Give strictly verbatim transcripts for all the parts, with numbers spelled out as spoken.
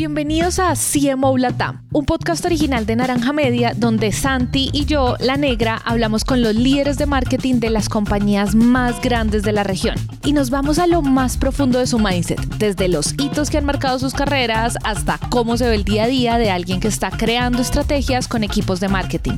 Bienvenidos a C M O Latam, un podcast original de Naranja Media donde Santi y yo, la negra, hablamos con los líderes de marketing de las compañías más grandes de la región y nos vamos a lo más profundo de su mindset, desde los hitos que han marcado sus carreras hasta cómo se ve el día a día de alguien que está creando estrategias con equipos de marketing.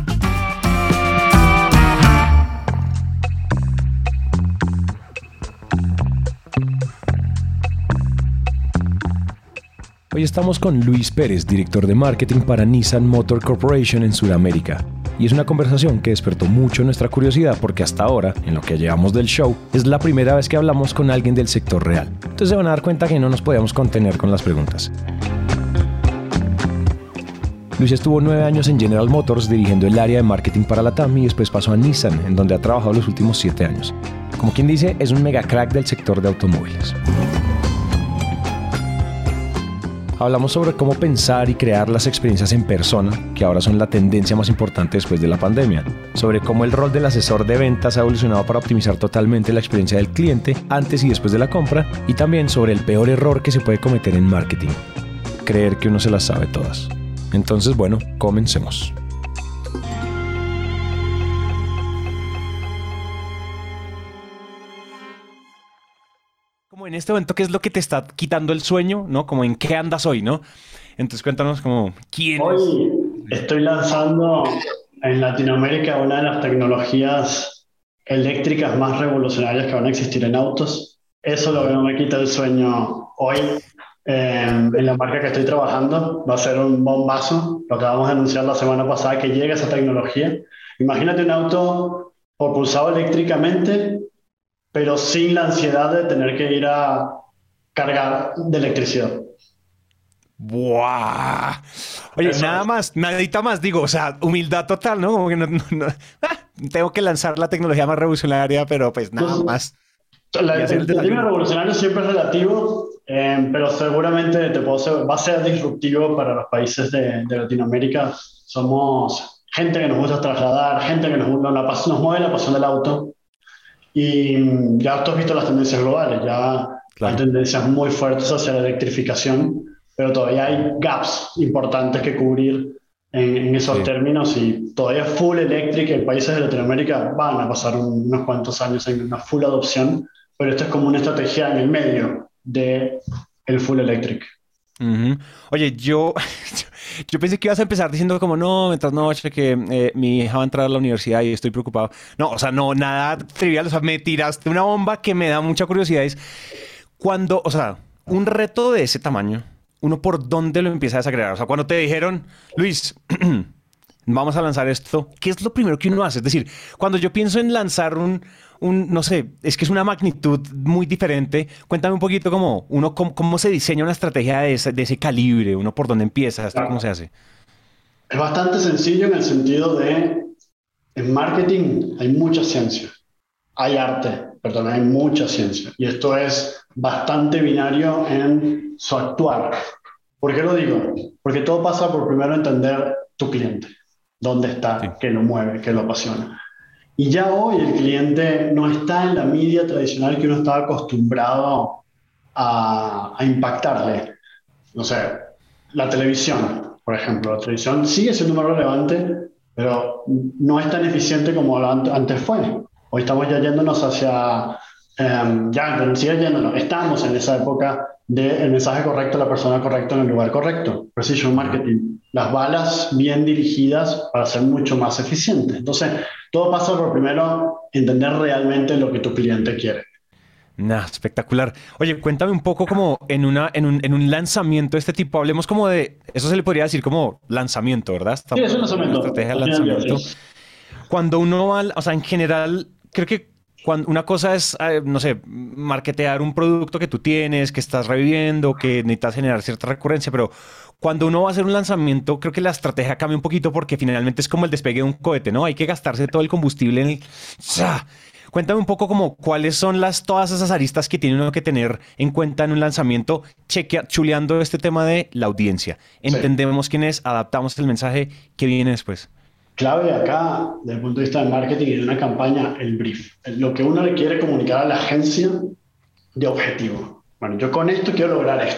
Hoy estamos con Luis Pérez, director de marketing para Nissan Motor Corporation en Sudamérica. Y es una conversación que despertó mucho nuestra curiosidad porque hasta ahora, en lo que llevamos del show, es la primera vez que hablamos con alguien del sector real. Entonces se van a dar cuenta que no nos podíamos contener con las preguntas. Luis estuvo nueve años en General Motors dirigiendo el área de marketing para Latam y después pasó a Nissan, en donde ha trabajado los últimos siete años. Como quien dice, es un mega crack del sector de automóviles. Hablamos sobre cómo pensar y crear las experiencias en persona, que ahora son la tendencia más importante después de la pandemia. Sobre cómo el rol del asesor de ventas ha evolucionado para optimizar totalmente la experiencia del cliente antes y después de la compra. Y también sobre el peor error que se puede cometer en marketing: creer que uno se las sabe todas. Entonces, bueno, comencemos. Como en este momento, ¿qué es lo que te está quitando el sueño, ¿no? Como en qué andas hoy, ¿no? Entonces cuéntanos como quién es. Hoy estoy lanzando en Latinoamérica una de las tecnologías eléctricas más revolucionarias que van a existir en autos. Eso es lo que no me quita el sueño hoy. Eh, en la marca que estoy trabajando va a ser un bombazo. Lo acabamos de anunciar la semana pasada que llega esa tecnología. Imagínate un auto propulsado eléctricamente, pero sin la ansiedad de tener que ir a cargar de electricidad. ¡Buah! Oye, Eso nada es. más, nadita más, digo, o sea, humildad total, ¿no? Como que no, no, no. Ah, tengo que lanzar la tecnología más revolucionaria, pero pues nada pues, más. La, el, el término revolucionario siempre es relativo, eh, pero seguramente te puedo ser, va a ser disruptivo para los países de, de Latinoamérica. Somos gente que nos gusta trasladar, gente que nos, nos, nos mueve la pasión del auto. Y ya tú has visto las tendencias globales, ya claro. Hay tendencias muy fuertes hacia la electrificación, pero todavía hay gaps importantes que cubrir en, en esos sí. términos, y todavía full electric en países de Latinoamérica van a pasar un, unos cuantos años en una full adopción, pero esto es como una estrategia en el medio del full electric. Uh-huh. Oye, yo, yo pensé que ibas a empezar diciendo como no, mientras noche que eh, mi hija va a entrar a la universidad y estoy preocupado. No, o sea, no, nada trivial. O sea, me tiraste una bomba que me da mucha curiosidad. Es cuando, o sea, un reto de ese tamaño, uno por dónde lo empieza a desagregar. O sea, cuando te dijeron, Luis, vamos a lanzar esto, ¿qué es lo primero que uno hace? Es decir, cuando yo pienso en lanzar un, un no sé, es que es una magnitud muy diferente. Cuéntame un poquito cómo, uno, cómo, cómo se diseña una estrategia de ese, de ese calibre, uno por dónde empieza, claro. ¿Cómo se hace? Es bastante sencillo en el sentido de, en marketing hay mucha ciencia, hay arte, perdón, hay mucha ciencia. Y esto es bastante binario en su actuar. ¿Por qué lo digo? Porque todo pasa por primero entender tu cliente. ¿Dónde está? Sí. ¿Qué lo mueve? ¿Qué lo apasiona? Y ya hoy el cliente no está en la media tradicional que uno estaba acostumbrado a, a impactarle. No sé, la televisión, por ejemplo. La televisión sigue siendo muy relevante, pero no es tan eficiente como antes fue. Hoy estamos ya yéndonos hacia... Um, ya, sigue yéndonos. Estamos en esa época del mensaje correcto a la persona correcta en el lugar correcto. Precision marketing. Las balas bien dirigidas para ser mucho más eficientes. Entonces, todo pasa por primero entender realmente lo que tu cliente quiere. Nah, espectacular. Oye, cuéntame un poco como en, una, en, un, en un lanzamiento de este tipo. Hablemos como de... Eso se le podría decir como lanzamiento, ¿verdad? Estamos sí, es un lanzamiento. Una estrategia de lanzamiento. Sí. Cuando uno va... O sea, en general, creo que cuando una cosa es, eh, no sé, marketear un producto que tú tienes, que estás reviviendo, que necesitas generar cierta recurrencia, pero cuando uno va a hacer un lanzamiento, creo que la estrategia cambia un poquito porque finalmente es como el despegue de un cohete, ¿no? Hay que gastarse todo el combustible en el... ¡Sah! Cuéntame un poco como cuáles son las, todas esas aristas que tiene uno que tener en cuenta en un lanzamiento, chequea, chuleando este tema de la audiencia. Entendemos sí. quién es, adaptamos el mensaje, ¿qué viene después? Clave acá, desde el punto de vista del marketing y de una campaña, el brief. Lo que uno le quiere comunicar a la agencia de objetivo. Bueno, yo con esto quiero lograr esto.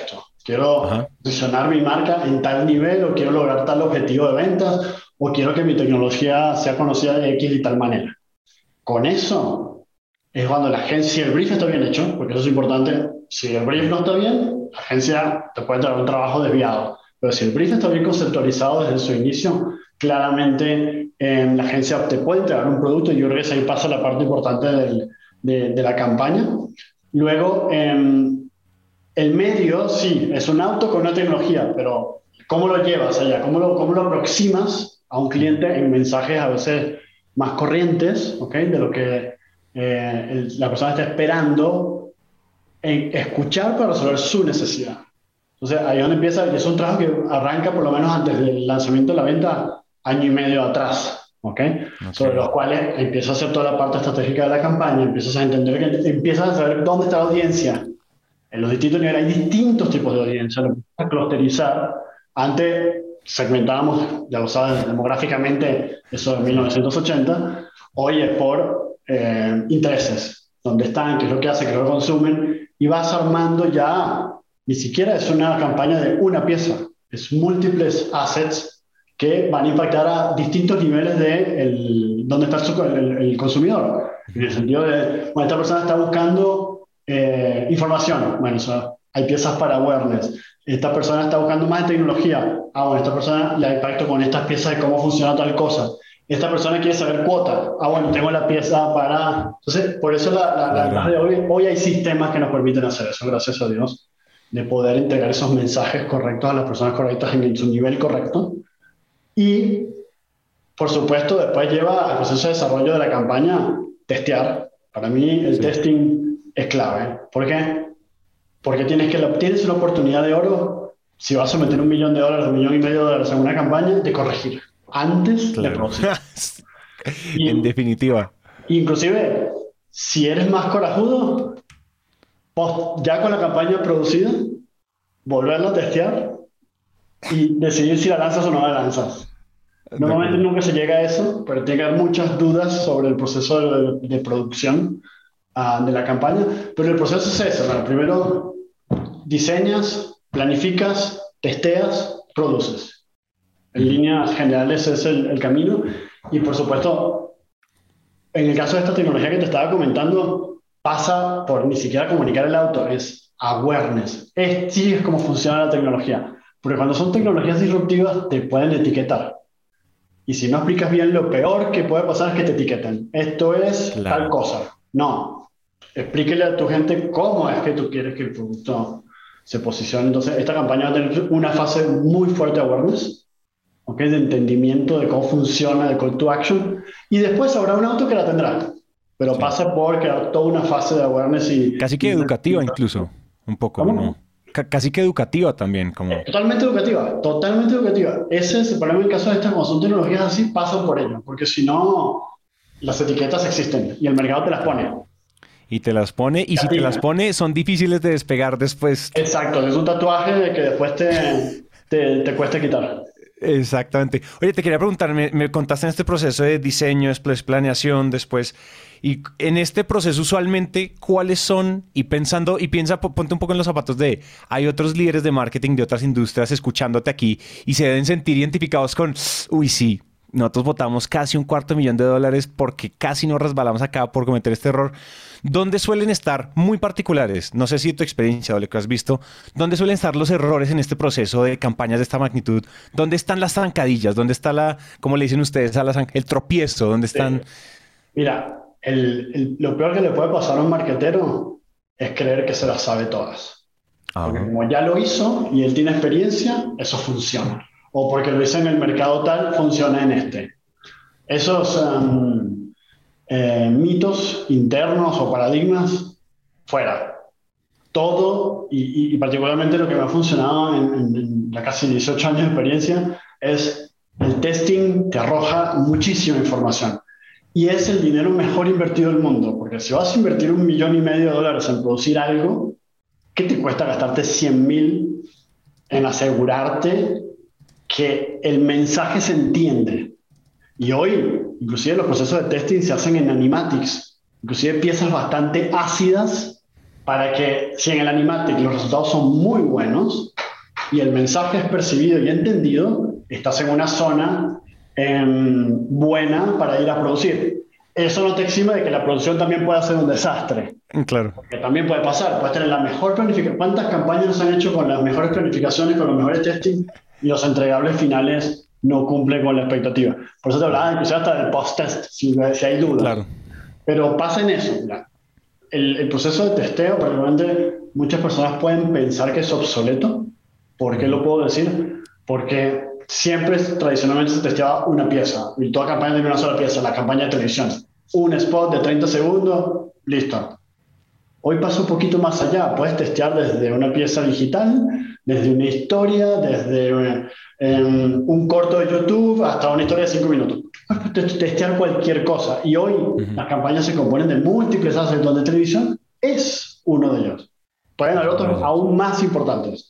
Quiero Ajá. posicionar mi marca en tal nivel, o quiero lograr tal objetivo de ventas, o quiero que mi tecnología sea conocida de X y tal manera. Con eso es cuando la agencia, si el brief está bien hecho, porque eso es importante, si el brief no está bien, la agencia te puede traer un trabajo desviado. Pero si el brief está bien conceptualizado desde su inicio, claramente eh, la agencia te puede entregar un producto, y yo creo que ahí pasa la parte importante del, de, de la campaña. Luego, eh, el medio, sí, es un auto con una tecnología, pero ¿cómo lo llevas allá? ¿Cómo lo, cómo lo aproximas a un cliente en mensajes a veces más corrientes, ¿ok? De lo que eh, el- la persona está esperando en escuchar para resolver su necesidad. Entonces, ahí es donde empieza, y es un trabajo que arranca por lo menos antes del lanzamiento de la venta, año y medio atrás, ¿ok? Ok. Sobre los cuales empiezas a hacer toda la parte estratégica de la campaña, empiezas a entender que empiezas a saber dónde está la audiencia. En los distintos niveles hay distintos tipos de audiencia, lo empiezas a clusterizar. Antes segmentábamos, ya lo sabes, demográficamente, eso de mil novecientos ochenta, hoy es por eh, intereses, dónde están, qué es lo que hacen, qué es lo que consumen, y vas armando ya, ni siquiera es una campaña de una pieza, es múltiples assets que van a impactar a distintos niveles de el, dónde está el, el, el consumidor. En el sentido de, bueno, esta persona está buscando eh, información, bueno, o sea, hay piezas para awareness. Esta persona está buscando más de tecnología, ah, bueno, esta persona la impacto con estas piezas de cómo funciona tal cosa. Esta persona quiere saber cuota, ah, bueno, tengo la pieza para... Entonces, por eso la, la, la ventaja de hoy, hoy hay sistemas que nos permiten hacer eso, gracias a Dios, de poder entregar esos mensajes correctos a las personas correctas en su nivel correcto. Y, por supuesto, después lleva al proceso de desarrollo de la campaña testear. Para mí el Sí. testing es clave. ¿Por qué? Porque tienes, que, tienes una oportunidad de oro, si vas a meter un millón de dólares, un millón y medio de dólares en una campaña, de corregir antes de Claro. producir. En Y, definitiva. inclusive, si eres más corajudo, post- ya con la campaña producida, volverla a testear y decidir si la lanzas o no la lanzas. De Normalmente acuerdo. nunca se llega a eso, pero tiene que haber muchas dudas sobre el proceso de, de producción uh, de la campaña. Pero el proceso es eso. Bueno, primero diseñas, planificas, testeas, produces. En Ujú. líneas generales es el, el camino. Y por supuesto, en el caso de esta tecnología que te estaba comentando, pasa por ni siquiera comunicar el auto, es awareness. Es, sí, es como funciona la tecnología. Porque cuando son tecnologías disruptivas, te pueden etiquetar. Y si no explicas bien, lo peor que puede pasar es que te etiqueten. Esto es tal Claro. cosa. No. Explíquele a tu gente cómo es que tú quieres que el producto se posicione. Entonces, esta campaña va a tener una fase muy fuerte de awareness, ¿ok? De entendimiento de cómo funciona el call to action. Y después habrá un auto que la tendrá. Pero Sí. pasa por crear toda una fase de awareness y... Casi que y educativa incluso. Un poco, ¿o ¿Cómo? no? Ca- casi que educativa también, como... Totalmente educativa, totalmente educativa. Ese es el problema en caso de estas, cuando son tecnologías así, pasan por ello, porque si no, las etiquetas existen y el mercado te las pone. Y te las pone, y si te las pone, son difíciles de despegar después. Exacto, es un tatuaje de que después te, te, te cuesta quitar. Exactamente. Oye, te quería preguntar, me, me contaste en este proceso de diseño, después planeación, después, y en este proceso usualmente, ¿cuáles son? Y pensando, y piensa, po- ponte un poco en los zapatos de, hay otros líderes de marketing de otras industrias escuchándote aquí y se deben sentir identificados con, uy, sí, nosotros votamos casi un cuarto de millón de dólares porque casi nos resbalamos acá por cometer este error. ¿Dónde suelen estar muy particulares? No sé si tu experiencia o lo que has visto, ¿dónde suelen estar los errores en este proceso de campañas de esta magnitud? ¿Dónde están las zancadillas? ¿Dónde está la, como le dicen ustedes, a la zan- el tropiezo? ¿Dónde están? Sí. Mira, el, el- lo peor que le puede pasar a un marketero es creer que se las sabe todas. Porque Ajá. como ya lo hizo y él tiene experiencia, eso funciona. O porque lo hizo en el mercado tal, funciona en este. Esos um, eh, mitos internos o paradigmas, fuera. Todo, y, y particularmente lo que me ha funcionado en, en, en la casi dieciocho años de experiencia, es el testing te arroja muchísima información. Y es el dinero mejor invertido del mundo, porque si vas a invertir un millón y medio de dólares en producir algo, ¿qué te cuesta gastarte cien mil en asegurarte que el mensaje se entiende? Y hoy, inclusive los procesos de testing se hacen en animatics, inclusive piezas bastante ácidas para que, si en el animatic los resultados son muy buenos, y el mensaje es percibido y entendido, estás en una zona eh, buena para ir a producir. Eso no te exime de que la producción también pueda ser un desastre. Claro. Porque también puede pasar. Puedes tener la mejor planificación. ¿Cuántas campañas se han hecho con las mejores planificaciones, con los mejores testing y los entregables finales no cumplen con la expectativa? Por eso te hablaba incluso hasta del post-test, si, si hay dudas. Claro. Pero pasa en eso. Mira. El, el proceso de testeo, particularmente, muchas personas pueden pensar que es obsoleto. ¿Por qué lo puedo decir? Porque siempre tradicionalmente se testeaba una pieza y toda campaña tiene una sola pieza, la campaña de televisión. Un spot de treinta segundos, listo. Hoy pasa un poquito más allá. Puedes testear desde una pieza digital, desde una historia, desde eh, un corto de YouTube hasta una historia de cinco minutos. Puedes testear cualquier cosa. Y hoy uh-huh. las campañas se componen de múltiples assets donde televisión es uno de ellos. Pueden haber otros uh-huh. aún más importantes.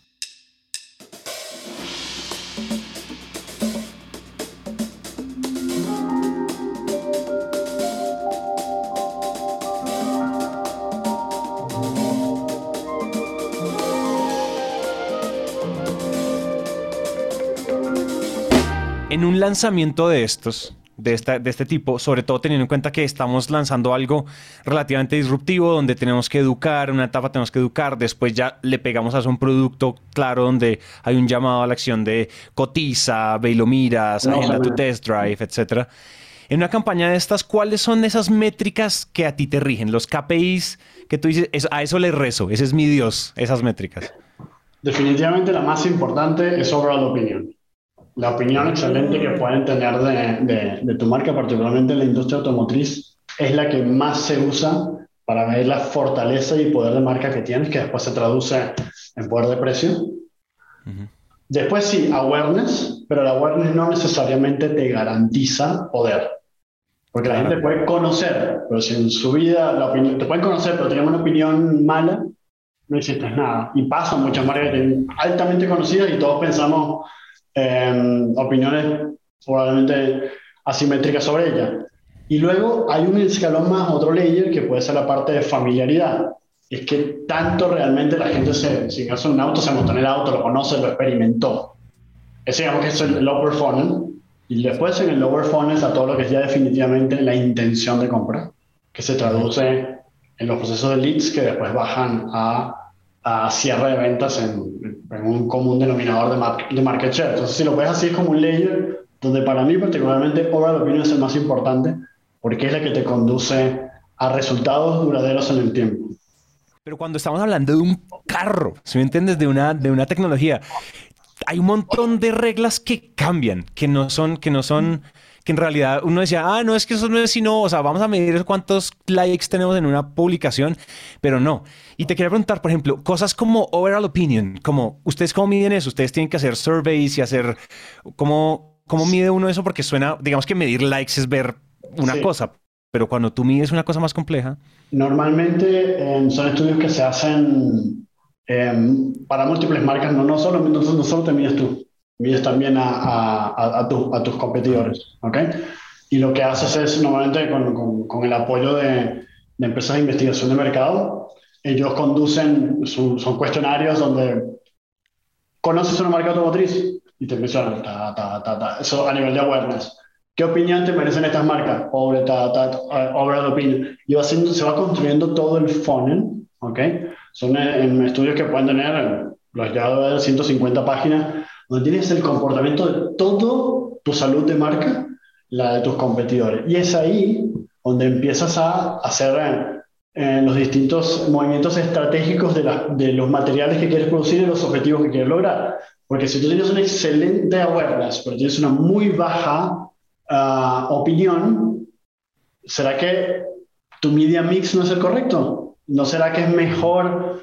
En un lanzamiento de estos, de, esta, de este tipo, sobre todo teniendo en cuenta que estamos lanzando algo relativamente disruptivo, donde tenemos que educar, en una etapa tenemos que educar, después ya le pegamos a un producto claro donde hay un llamado a la acción de cotiza, ve y lo miras, no, agenda tu test drive, etcétera. En una campaña de estas, ¿cuáles son esas métricas que a ti te rigen? Los K P Is que tú dices, es, a eso le rezo, ese es mi Dios, esas métricas. Definitivamente la más importante es overall opinion. La opinión excelente que pueden tener de, de, de tu marca, particularmente en la industria automotriz, es la que más se usa para ver la fortaleza y poder de marca que tienes, que después se traduce en poder de precio. Uh-huh. Después sí, awareness, pero el awareness no necesariamente te garantiza poder. Porque la gente puede conocer, pero si en su vida la opinión, te pueden conocer, pero tienen una opinión mala, no hiciste nada. Y pasan muchas marcas altamente conocidas y todos pensamos Eh, opiniones probablemente asimétricas sobre ella. Y luego hay un escalón más, otro layer, que puede ser la parte de familiaridad. Es que tanto realmente la gente, se, si hace un auto, se montó en el auto, lo conoce, lo experimentó. Ese digamos que es el lower funnel. Y después en el lower funnel está todo lo que es ya definitivamente la intención de compra, que se traduce en los procesos de leads que después bajan a a cierre de ventas en, en un común denominador de, mar, de market share. Entonces, si lo ves así, es como un layer donde para mí particularmente overall opinion es el más importante porque es la que te conduce a resultados duraderos en el tiempo. Pero cuando estamos hablando de un carro, si me entiendes, de una, de una tecnología, hay un montón de reglas que cambian, que no son... Que no son que en realidad uno decía, ah, no, es que eso no es sino, o sea, vamos a medir cuántos likes tenemos en una publicación, pero no. Y te quería preguntar, por ejemplo, cosas como overall opinion, como, ¿ustedes cómo miden eso? Ustedes tienen que hacer surveys y hacer, ¿cómo, cómo mide uno eso? Porque suena, digamos que medir likes es ver una sí. cosa, pero cuando tú mides una cosa más compleja. Normalmente eh, son estudios que se hacen eh, para múltiples marcas, no, no, solo, no, no solo te mides tú. Mides también a, a, a, tu, a tus competidores, ¿ok? Y lo que haces es, normalmente con, con, con el apoyo de, de empresas de investigación de mercado, ellos conducen, son, son cuestionarios donde conoces una marca automotriz y te mencionan, ta, ta, ta, ta, eso a nivel de awareness. ¿Qué opinión te merecen estas marcas? Over, ta, ta, overall opinion. Y va haciendo, se va construyendo todo el funnel, ¿ok? Son en estudios que pueden tener, los ya de ciento cincuenta páginas, donde tienes el comportamiento de todo tu salud de marca, la de tus competidores. Y es ahí donde empiezas a hacer eh, los distintos movimientos estratégicos de, la, de los materiales que quieres producir y los objetivos que quieres lograr. Porque si tú tienes una excelente awareness, pero tienes una muy baja uh, opinión, ¿será que tu media mix no es el correcto? ¿No será que es mejor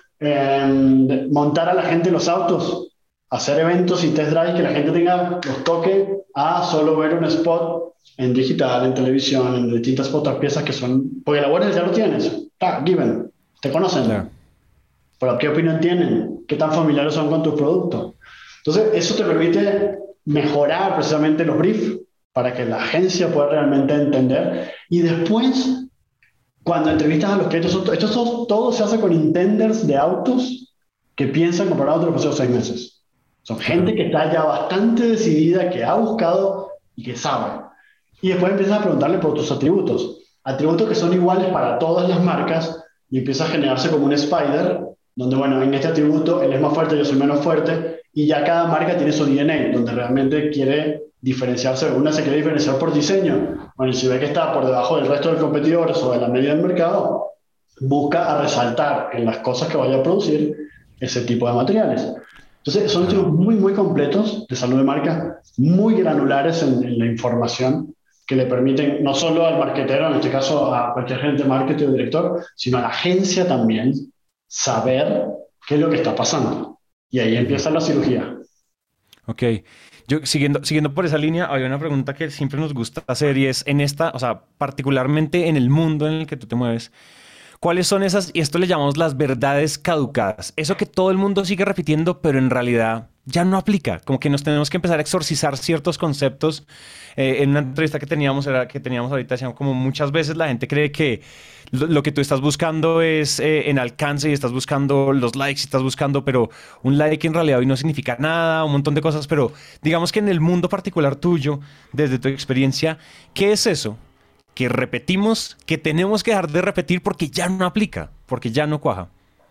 eh, montar a la gente en los autos? Hacer eventos y test drive que la gente tenga los toques a solo ver un spot en digital, en televisión, en distintas otras piezas que son... Porque la awareness ya lo tienes. Está, given. Te conocen. Yeah. Pero ¿qué opinión tienen? ¿Qué tan familiares son con tus productos? Entonces, eso te permite mejorar precisamente los briefs para que la agencia pueda realmente entender. Y después, cuando entrevistas a los clientes, esto todo se hace con intenders de autos que piensan comprar autos los próximos seis meses. Son gente Ajá. que está ya bastante decidida, que ha buscado y que sabe. Y después empiezas a preguntarle por tus atributos. Atributos que son iguales para todas las marcas y empieza a generarse como un spider, donde, bueno, en este atributo él es más fuerte, yo soy menos fuerte, y ya cada marca tiene su D N A, donde realmente quiere diferenciarse. Una se quiere diferenciar por diseño. Bueno, y si ve que está por debajo del resto de los competidores o de la media del mercado, busca a resaltar en las cosas que vaya a producir ese tipo de materiales. Entonces, son estudios Ajá. muy, muy completos de salud de marca, muy granulares en, en la información, que le permiten no solo al marketero, en este caso a cualquier gerente de marketing o director, sino a la agencia también, saber qué es lo que está pasando. Y ahí Ujú. empieza la cirugía. Ok. Yo siguiendo, siguiendo por esa línea, había una pregunta que siempre nos gusta hacer y es en esta, o sea, particularmente en el mundo en el que tú te mueves, ¿cuáles son esas, y esto le llamamos las verdades caducadas? Eso que todo el mundo sigue repitiendo, pero en realidad ya no aplica. Como que nos tenemos que empezar a exorcizar ciertos conceptos. Eh, en una entrevista que teníamos, era, que teníamos ahorita, decíamos como muchas veces la gente cree que lo, lo que tú estás buscando es eh, en alcance y estás buscando los likes y estás buscando, pero un like en realidad hoy no significa nada, un montón de cosas, pero digamos que en el mundo particular tuyo, desde tu experiencia, ¿qué es eso que repetimos, que tenemos que dejar de repetir porque ya no aplica, porque ya no cuaja?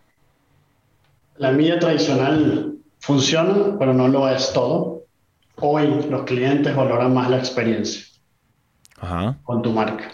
La media tradicional funciona, pero no lo es todo. Hoy los clientes valoran más la experiencia Ajá. con tu marca.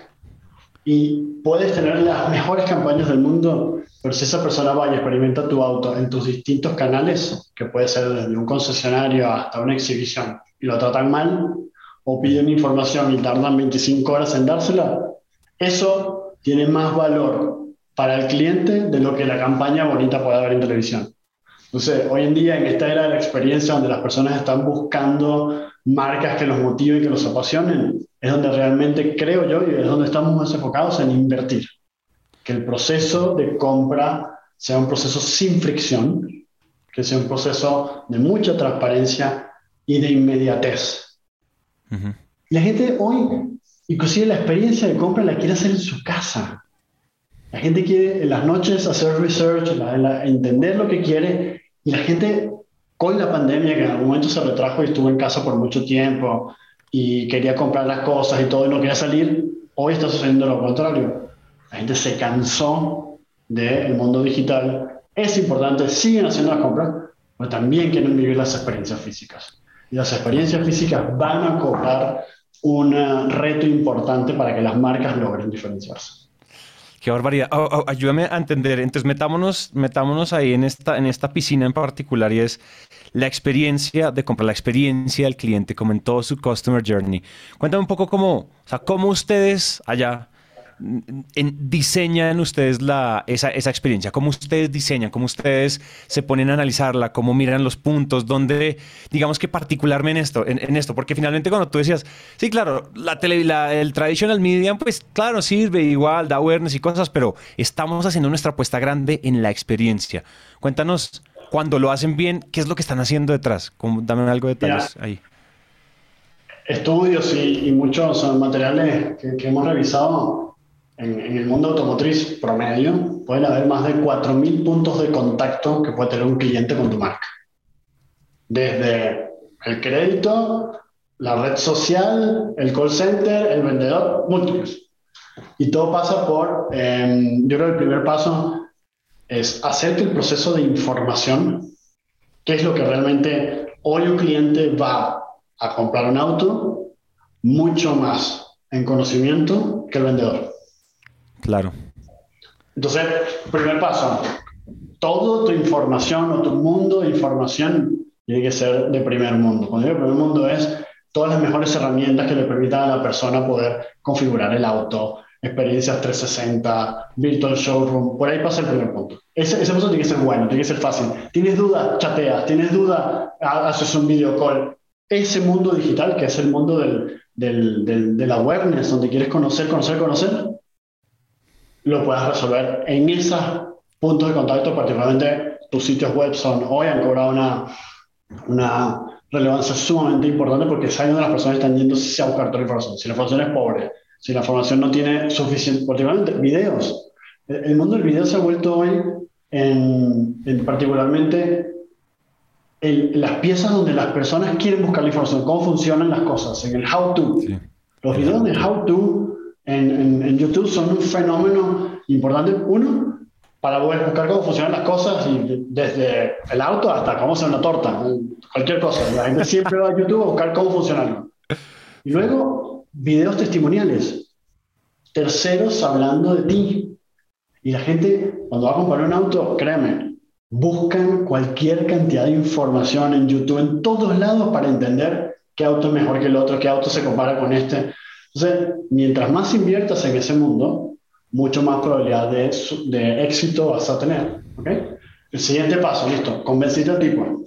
Y puedes tener las mejores campañas del mundo, pero si esa persona va y experimenta tu auto en tus distintos canales, que puede ser desde un concesionario hasta una exhibición, y lo tratan mal, o piden información y tardan veinticinco horas en dársela, eso tiene más valor para el cliente de lo que la campaña bonita puede haber en televisión. Entonces, hoy en día, en esta era de la experiencia donde las personas están buscando marcas que los motiven, que los apasionen, es donde realmente creo yo y es donde estamos más enfocados en invertir. Que el proceso de compra sea un proceso sin fricción, que sea un proceso de mucha transparencia y de inmediatez. Ujú. La gente hoy, inclusive la experiencia de compra la quiere hacer en su casa. La gente quiere en las noches hacer research, la- la- entender lo que quiere, y la gente con la pandemia, que en algún momento se retrajo y estuvo en casa por mucho tiempo y quería comprar las cosas y todo y no quería salir, hoy está sucediendo lo contrario. La gente se cansó del mundo digital. Es importante, siguen haciendo las compras, pero también quieren vivir las experiencias físicas. Y las experiencias físicas van a cobrar un eh, reto importante para que las marcas logren diferenciarse. Qué barbaridad. Oh, oh, ayúdame a entender. Entonces, metámonos, metámonos ahí en esta, en esta piscina en particular y es la experiencia de compra, la experiencia del cliente, como en todo su customer journey. Cuéntame un poco cómo, o sea, cómo ustedes allá en- diseñan ustedes la, esa, esa experiencia, cómo ustedes diseñan, cómo ustedes se ponen a analizarla, cómo miran los puntos, donde, digamos que particularmente en esto, en, en esto, porque finalmente cuando tú decías, sí, claro, la tele, la- el traditional media, pues claro, sirve igual, da awareness y cosas, pero estamos haciendo nuestra apuesta grande en la experiencia. Cuéntanos, cuando lo hacen bien, ¿qué es lo que están haciendo detrás? Como, dame algo de Mira, detalles ahí. estudios y, y muchos eh, materiales que, que hemos revisado en, en el mundo automotriz promedio, pueden haber más de cuatro mil puntos de contacto que puede tener un cliente con tu marca. Desde el crédito, la red social, el call center, el vendedor, múltiples. Y todo pasa por, eh, yo creo que el primer paso es hacer que el proceso de información, qué es lo que realmente hoy un cliente va a comprar un auto, mucho más en conocimiento que el vendedor. Claro. Entonces, primer paso, toda tu información o tu mundo de información tiene que ser de primer mundo. Cuando digo primer mundo es todas las mejores herramientas que le permitan a la persona poder configurar el auto, experiencias trescientos sesenta, virtual showroom, por ahí pasa el primer punto. Ese, ese punto tiene que ser bueno, tiene que ser fácil. ¿Tienes duda? Chateas. ¿Tienes duda? Haces un video call. Ese mundo digital, que es el mundo del, del, del, del awareness, donde quieres conocer, conocer, conocer, lo puedas resolver en esos puntos de contacto, particularmente tus sitios web son hoy han cobrado una, una relevancia sumamente importante porque es ahí donde las personas están yendo a buscar toda la información. Si la información es pobre, si la información no tiene suficiente, particularmente videos. El, el mundo del video se ha vuelto hoy en, en particularmente el, las piezas donde las personas quieren buscar la información, cómo funcionan las cosas, en el how to. Sí. Los videos de how to en, en, en YouTube son un fenómeno importante. Uno, para buscar cómo funcionan las cosas, y desde el auto hasta cómo hacer una torta, cualquier cosa. La gente siempre va a YouTube a buscar cómo funciona algo. Y luego, videos testimoniales. Terceros hablando de ti. Y la gente, cuando va a comprar un auto, créeme, buscan cualquier cantidad de información en YouTube, en todos lados, para entender qué auto es mejor que el otro, qué auto se compara con este. Entonces, mientras más inviertas en ese mundo, mucho más probabilidad de, de éxito vas a tener. ¿Okay? El siguiente paso, listo, convenciste al tipo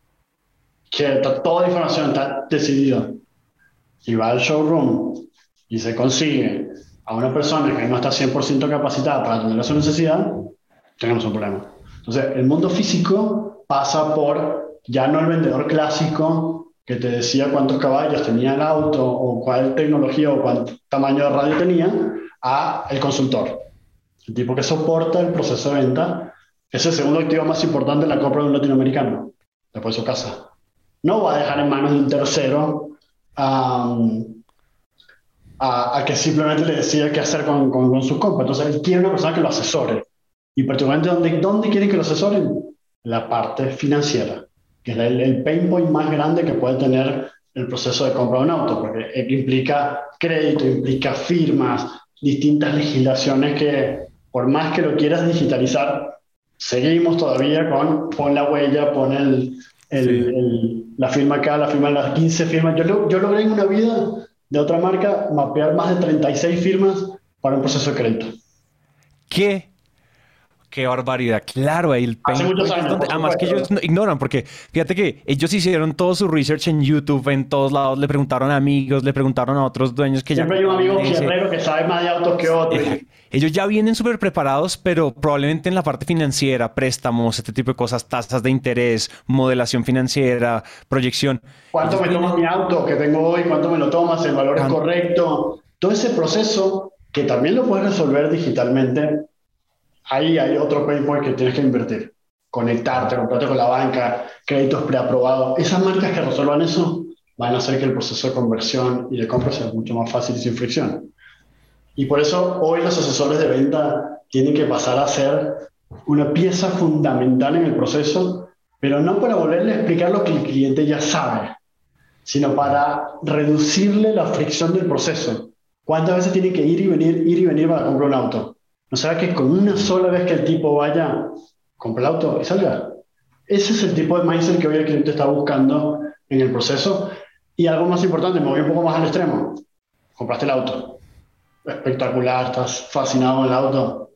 que está, toda la información está decidida, y va al showroom y se consigue a una persona que no está cien por ciento capacitada para atender a su necesidad, tenemos un problema. Entonces, el mundo físico pasa por ya no el vendedor clásico que te decía cuántos caballos tenía el auto o cuál tecnología o cuál tamaño de radio tenía, a el consultor, el tipo que soporta el proceso de venta. Es el segundo activo más importante en la compra de un latinoamericano, después de su casa. No va a dejar en manos de un tercero um, a, a que simplemente le decida qué hacer con, con, con sus compras. Entonces, él quiere una persona que lo asesore. Y particularmente, ¿dónde, dónde quieren que lo asesoren? La parte financiera, que es el, el pain point más grande que puede tener el proceso de compra de un auto, porque implica crédito, implica firmas, distintas legislaciones que, por más que lo quieras digitalizar, seguimos todavía con pon la huella, pon el, el, sí. el, la firma acá, la firma, las quince firmas. Yo, yo logré en una vida de otra marca mapear más de treinta y seis firmas para un proceso de crédito. ¿Qué? ¡Qué barbaridad! Claro, ahí el Hace muchos años, donde, además que ellos no, ignoran, porque fíjate que ellos hicieron todo su research en YouTube, en todos lados, le preguntaron a amigos, le preguntaron a otros dueños que Siempre ya... Siempre hay un amigo fierrero que sabe más de autos que otro. Eh, ellos ya vienen súper preparados, pero probablemente en la parte financiera, préstamos, este tipo de cosas, tasas de interés, modelación financiera, proyección. ¿Cuánto ellos me toma vienen... mi auto que tengo hoy? ¿Cuánto me lo tomas? ¿El valor ¿Cuánto? es correcto? Todo ese proceso que también lo puedes resolver digitalmente. Ahí hay otro pain point que tienes que invertir. Conectarte, comprarte con la banca, créditos preaprobados. Esas marcas que resuelvan eso van a hacer que el proceso de conversión y de compra sea mucho más fácil y sin fricción. Y por eso hoy los asesores de venta tienen que pasar a ser una pieza fundamental en el proceso, pero no para volverle a explicar lo que el cliente ya sabe, sino para reducirle la fricción del proceso. ¿Cuántas veces tiene que ir y venir, ir y venir para comprar un auto? ¿No será que con una sola vez que el tipo vaya, compre el auto y salga? Ese es el tipo de mindset que hoy el cliente está buscando en el proceso. Y algo más importante, me voy un poco más al extremo. Compraste el auto. Espectacular, estás fascinado con el auto.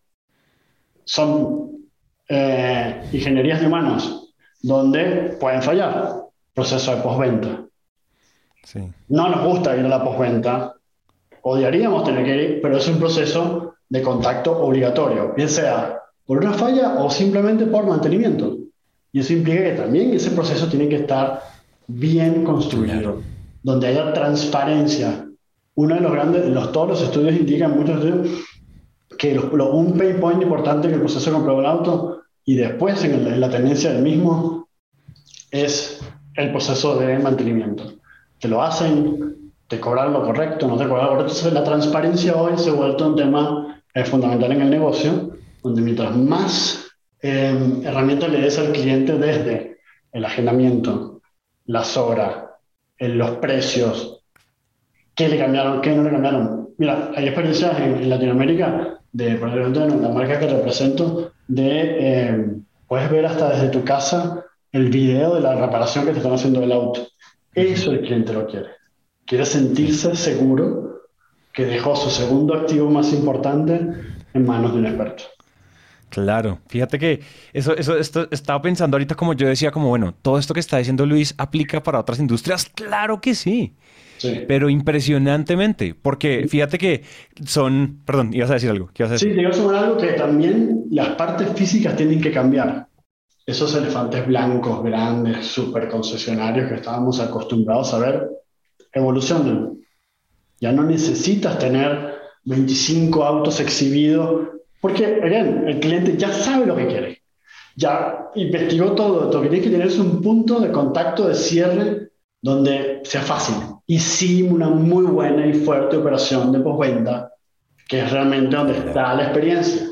Son eh, ingenierías de humanos donde pueden fallar. Proceso de postventa. Sí. No nos gusta ir a la postventa. Odiaríamos tener que ir, pero es un proceso de contacto obligatorio, bien sea por una falla o simplemente por mantenimiento. Y eso implica que también ese proceso tiene que estar bien construido, claro, donde haya transparencia. Uno de los grandes, los, todos los estudios indican, muchos estudios, que lo, lo, un pain point importante en el proceso de comprar un auto y después en, el, en la tendencia del mismo es el proceso de mantenimiento. Te lo hacen, te cobran lo correcto, no te cobran lo correcto. Entonces, la transparencia hoy se ha vuelto un tema eh, fundamental en el negocio, donde mientras más eh, herramientas le des al cliente desde el agendamiento, las horas, eh, los precios, qué le cambiaron, qué no le cambiaron. Mira, hay experiencias en, en Latinoamérica, de, por ejemplo, en la marca que represento, de eh, puedes ver hasta desde tu casa el video de la reparación que te están haciendo del auto. Eso el cliente lo quiere. Quiere sentirse seguro que dejó su segundo activo más importante en manos de un experto. Claro, fíjate que eso, eso, esto estaba pensando ahorita, como yo decía, como bueno, todo esto que está diciendo Luis aplica para otras industrias. Claro que sí, sí. Pero impresionantemente, porque fíjate que son, perdón, ibas a decir algo. ¿Qué ibas a decir? Sí, te iba a sumar algo que también las partes físicas tienen que cambiar. Esos elefantes blancos, grandes, súper concesionarios que estábamos acostumbrados a ver, evolucionan. Ya no necesitas tener veinticinco autos exhibidos, porque, again, el cliente ya sabe lo que quiere. ya investigó todo. Lo que tienes que tener es un punto de contacto de cierre donde sea fácil. Y sí, una muy buena y fuerte operación de postventa, que es realmente donde está la experiencia.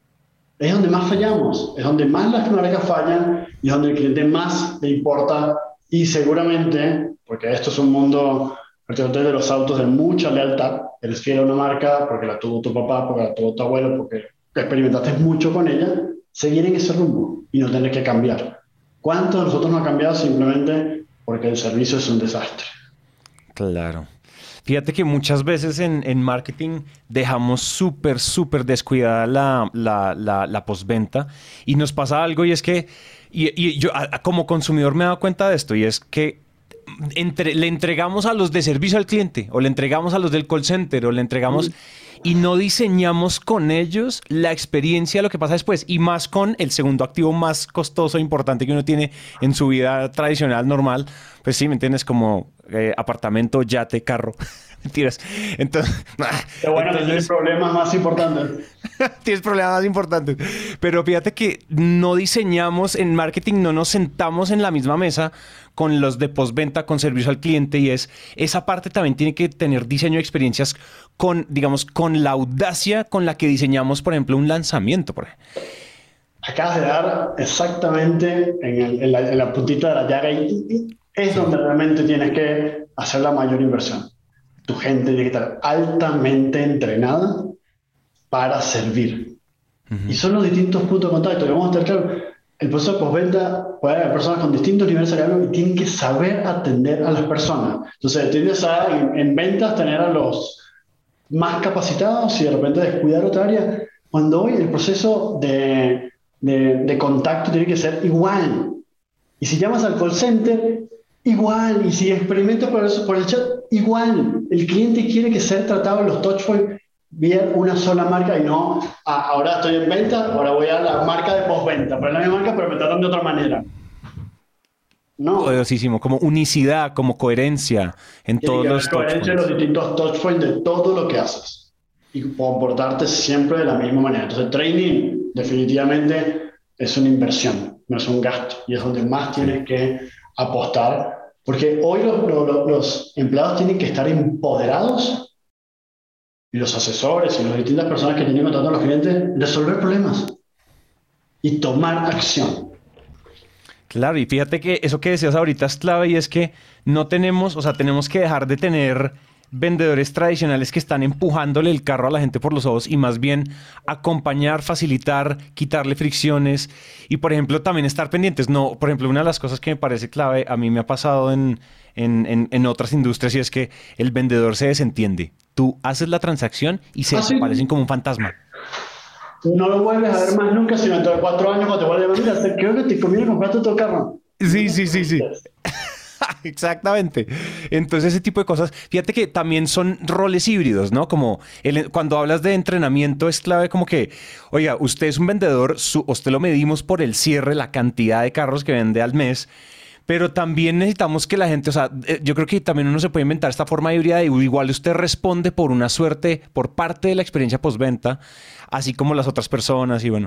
Es donde más fallamos, es donde más las marcas fallan y es donde el cliente más le importa. Y seguramente, porque esto es un mundo, particularmente de los autos, de mucha lealtad, eres fiel a una marca porque la tuvo tu papá, porque la tuvo tu abuelo, porque experimentaste mucho con ella, seguir en ese rumbo y no tener que cambiar. ¿Cuántos de nosotros no han cambiado simplemente porque el servicio es un desastre? Claro. Fíjate que muchas veces en, en marketing dejamos súper, súper descuidada la, la, la, la postventa y nos pasa algo y es que, y, y yo a, a, como consumidor me he dado cuenta de esto y es que entre, le entregamos a los de servicio al cliente o le entregamos a los del call center o le entregamos... Mm. Y no diseñamos con ellos la experiencia de lo que pasa después. Y más con el segundo activo más costoso e importante que uno tiene en su vida tradicional, normal. Pues sí, ¿me entiendes? Como eh, apartamento, yate, carro. Mentiras. Entonces... Qué bueno, entonces, tienes problemas más importantes. Tienes problemas más importantes. Pero fíjate que no diseñamos en marketing, no nos sentamos en la misma mesa con los de postventa, con servicio al cliente, y es esa parte también tiene que tener diseño de experiencias con, digamos, con la audacia con la que diseñamos, por ejemplo, un lanzamiento. Por ejemplo. Acabas de dar exactamente en, el, en, la, en la puntita de la llaga y es donde realmente tienes que hacer la mayor inversión. Tu gente tiene que estar altamente entrenada para servir. Uh-huh. Y son los distintos puntos de contacto. Vamos a estar claros. El proceso de postventa puede haber personas con distintos niveles de cargo y tienen que saber atender a las personas. Entonces, tienes a, en, en ventas tener a los más capacitados y de repente descuidar otra área. Cuando hoy el proceso de, de, de contacto tiene que ser igual. Y si llamas al call center, igual. Y si experimentas por, eso, por el chat, igual. El cliente quiere que sea tratado en los touchpoints bien una sola marca y no, ah, ahora estoy en venta, ahora voy a la marca de postventa, pero es la misma marca, pero me tratan de otra manera. No. Poderosísimo, como unicidad, como coherencia en Tiene todos los coherencia en los distintos touchpoints de todo lo que haces y comportarte siempre de la misma manera. Entonces, training definitivamente es una inversión, no es un gasto, y es donde más tienes que apostar, porque hoy los, los, los empleados tienen que estar empoderados, y los asesores y las distintas personas que tienen contacto con los clientes, resolver problemas y tomar acción. Claro, y fíjate que eso que decías ahorita es clave y es que no tenemos, o sea, tenemos que dejar de tener vendedores tradicionales que están empujándole el carro a la gente por los ojos y más bien acompañar, facilitar, quitarle fricciones y, por ejemplo, también estar pendientes. No, por ejemplo, una de las cosas que me parece clave, a mí me ha pasado en, en, en, en otras industrias y es que el vendedor se desentiende. Tú haces la transacción y se desaparecen ¿Ah, sí? como un fantasma. No lo vuelves a ver más nunca, sino dentro de cuatro años cuando te vuelves a ver, mira, creo que te conviene comprarte otro carro. Sí, sí, sí, sí. Exactamente. Entonces ese tipo de cosas, fíjate que también son roles híbridos, ¿no? Como el, cuando hablas de entrenamiento es clave como que, oiga, usted es un vendedor, su, usted lo medimos por el cierre, la cantidad de carros que vende al mes, pero también necesitamos que la gente, o sea, yo creo que también uno se puede inventar esta forma híbrida de igual usted responde por una suerte, por parte de la experiencia postventa, así como las otras personas y bueno.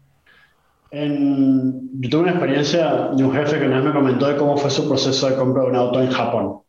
En, yo tuve una experiencia de un jefe que una vez me comentó de cómo fue su proceso de compra de un auto en Japón.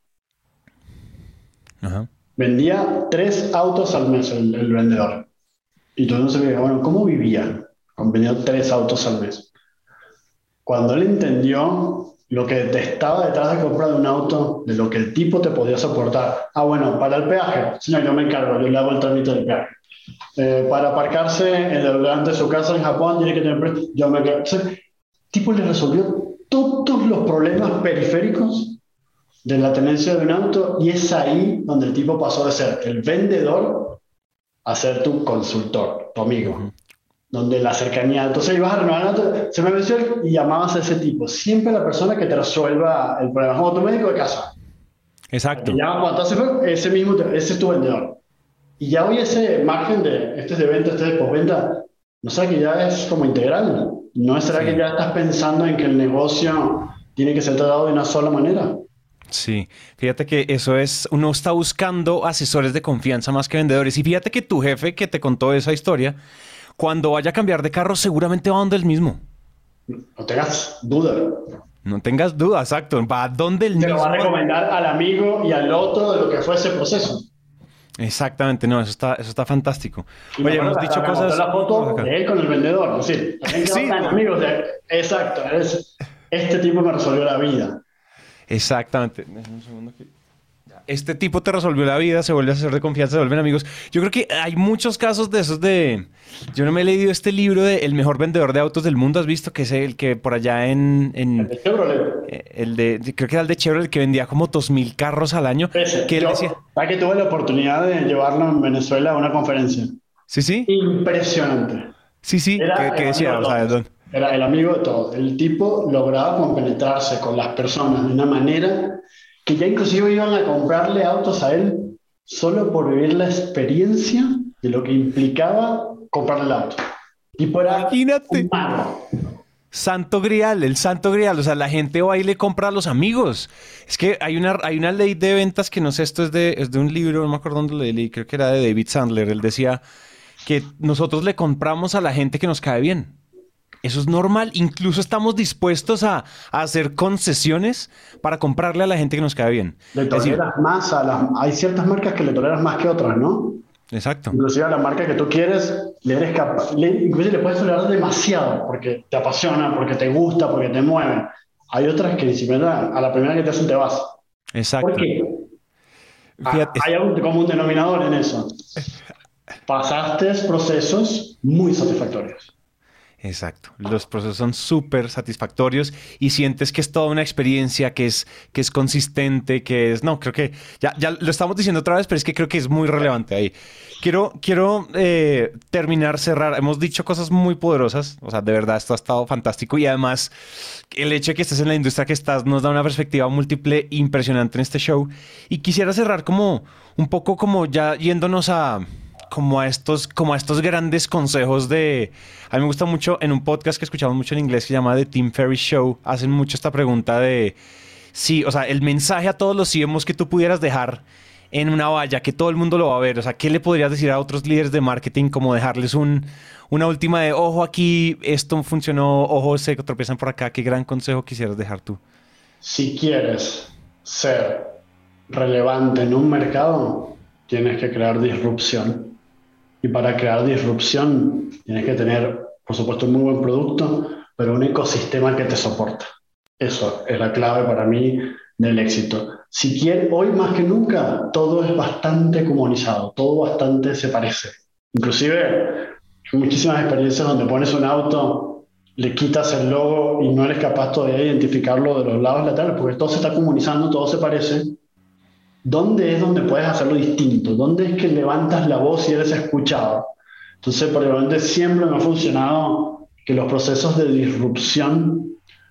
Ajá. Vendía tres autos al mes el, el vendedor. Y todo el mundo se veía, bueno, ¿cómo vivía? Vendiendo tres autos al mes. Cuando él entendió lo que estaba detrás de comprar un auto, de lo que el tipo te podía soportar. Ah, bueno, para el peaje, señor, yo me encargo, yo le hago el trámite del peaje. Eh, para aparcarse en el, delante de su casa en Japón, tiene que tener precio, yo me encargo. O sea, el tipo le resolvió todos los problemas periféricos de la tenencia de un auto y es ahí donde el tipo pasó de ser el vendedor a ser tu consultor, tu amigo. Uh-huh. Donde la cercanía, entonces ibas a renovar el auto, se me venció y llamabas a ese tipo, siempre la persona que te resuelva el problema, como tu médico de casa. Exacto. Llama, cuando entonces ese mismo, ese es tu vendedor. Y ya hoy ese margen de, este es de venta, este es de postventa, no sé, que ya es como integral. ¿No será sí. que ya estás pensando en que el negocio tiene que ser tratado de una sola manera? Sí, fíjate que eso es, uno está buscando asesores de confianza más que vendedores. Y fíjate que tu jefe que te contó esa historia, cuando vaya a cambiar de carro, seguramente va donde el mismo. no tengas duda. No tengas duda, exacto. ¿Va a dónde el Te mismo? lo va a recomendar al amigo y al otro de lo que fue ese proceso. Exactamente, no, eso está, eso está fantástico. Y Oye, me hemos acuerdo dicho que hasta me cosas... mostró la foto Acá. de él con el vendedor. Sí, también Sí. quedaron tan amigos. De... Exacto, es... este tipo me resolvió la vida. Exactamente. Déjame un segundo que- Este tipo te resolvió la vida, se vuelve a ser de confianza, se vuelven amigos. Yo creo que hay muchos casos de esos de... Yo no me he leído este libro de El mejor vendedor de autos del mundo, ¿has visto? Que es el que por allá en... en El de Chevrolet. eh, el de... Creo que era el de Chevrolet, el que vendía como dos mil carros al año. Ese. Que él Yo, decía... ¿sabes que tuve la oportunidad de llevarlo en Venezuela a una conferencia? Sí, sí. Impresionante. Sí, sí. Era ¿Qué, qué el decía? amigo O sea, de don- todos. Era el amigo de todos. El tipo lograba compenetrarse con las personas de una manera que ya inclusive iban a comprarle autos a él solo por vivir la experiencia de lo que implicaba comprarle el auto. El tipo era Imagínate. un mago. Santo Grial, el Santo Grial. O sea, la gente va y le compra a los amigos. Es que hay una, hay una ley de ventas que no sé, esto es de, es de un libro, no me acuerdo dónde lo leí, creo que era de David Sandler. Él decía que nosotros le compramos a la gente que nos cae bien. Eso es normal. Incluso estamos dispuestos a, a hacer concesiones para comprarle a la gente que nos cae bien. Le Es decir, toleras más a las... Hay ciertas marcas que le toleras más que otras, ¿no? exacto. Inclusive a la marca que tú quieres, le eres capaz, le, inclusive le puedes tolerar demasiado porque te apasiona, porque te gusta, porque te mueve. Hay otras que ni siquiera a la primera que te hacen te vas. Exacto. ¿Por qué? Fíjate, Ah, hay un común denominador en eso. Pasaste procesos muy satisfactorios. exacto. Los procesos son súper satisfactorios y sientes que es toda una experiencia, que es, que es consistente, que es... No, creo que ya, ya lo estamos diciendo otra vez, pero es que creo que es muy relevante ahí. Quiero, quiero eh, terminar, cerrar. Hemos dicho cosas muy poderosas. O sea, de verdad, esto ha estado fantástico. Y además, el hecho de que estés en la industria que estás nos da una perspectiva múltiple impresionante en este show. Y quisiera cerrar como un poco como ya yéndonos a... como a estos, como a estos grandes consejos de... A mí me gusta mucho en un podcast que escuchamos mucho en inglés que se llama The Tim Ferriss Show. Hacen mucho esta pregunta de... Sí, o sea, el mensaje a todos los C M Os que tú pudieras dejar en una valla, que todo el mundo lo va a ver. O sea, ¿qué le podrías decir a otros líderes de marketing? Como dejarles un, una última de, ojo aquí, esto funcionó, ojo, se tropiezan por acá. ¿Qué gran consejo quisieras dejar tú? Si quieres ser relevante en un mercado, tienes que crear disrupción. Y para crear disrupción tienes que tener, por supuesto, un muy buen producto, pero un ecosistema que te soporta. Eso es la clave para mí del éxito. Si quieres, hoy más que nunca, todo es bastante comunizado, todo bastante se parece. Inclusive, hay muchísimas experiencias donde pones un auto, le quitas el logo y no eres capaz todavía de identificarlo de los lados laterales, porque todo se está comunizando, todo se parece. ¿Dónde es donde puedes hacerlo distinto? ¿Dónde es que levantas la voz y eres escuchado? Entonces, probablemente siempre me ha funcionado que los procesos de disrupción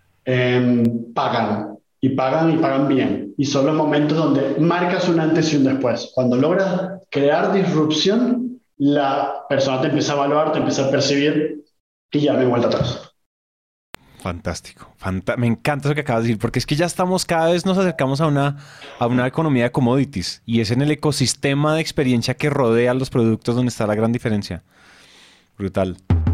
eh, pagan, y pagan y pagan bien. Y son los momentos donde marcas un antes y un después. Cuando logras crear disrupción, la persona te empieza a evaluar, te empieza a percibir y ya no hay vuelta atrás. Fantástico. Fanta- me encanta eso que acabas de decir, porque es que ya estamos, cada vez nos acercamos a una, a una economía de commodities y es en el ecosistema de experiencia que rodea los productos donde está la gran diferencia. Brutal.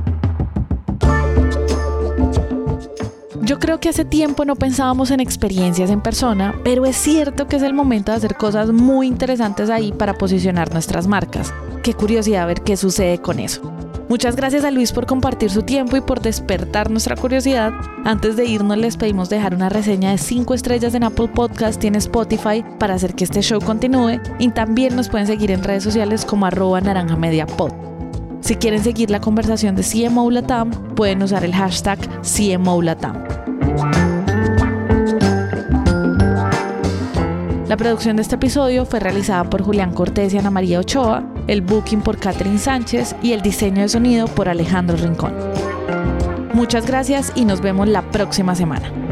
Yo creo que hace tiempo no pensábamos en experiencias en persona, pero es cierto que es el momento de hacer cosas muy interesantes ahí para posicionar nuestras marcas. Qué curiosidad ver qué sucede con eso. Muchas gracias a Luis por compartir su tiempo y por despertar nuestra curiosidad. Antes de irnos les pedimos dejar una reseña de cinco estrellas en Apple Podcast y en Spotify para hacer que este show continúe, y también nos pueden seguir en redes sociales como arroba naranja media pod. Si quieren seguir la conversación de C M O Latam, pueden usar el hashtag C M O Latam. La producción de este episodio fue realizada por Julián Cortés y Ana María Ochoa, el booking por Catherine Sánchez y el diseño de sonido por Alejandro Rincón. Muchas gracias y nos vemos la próxima semana.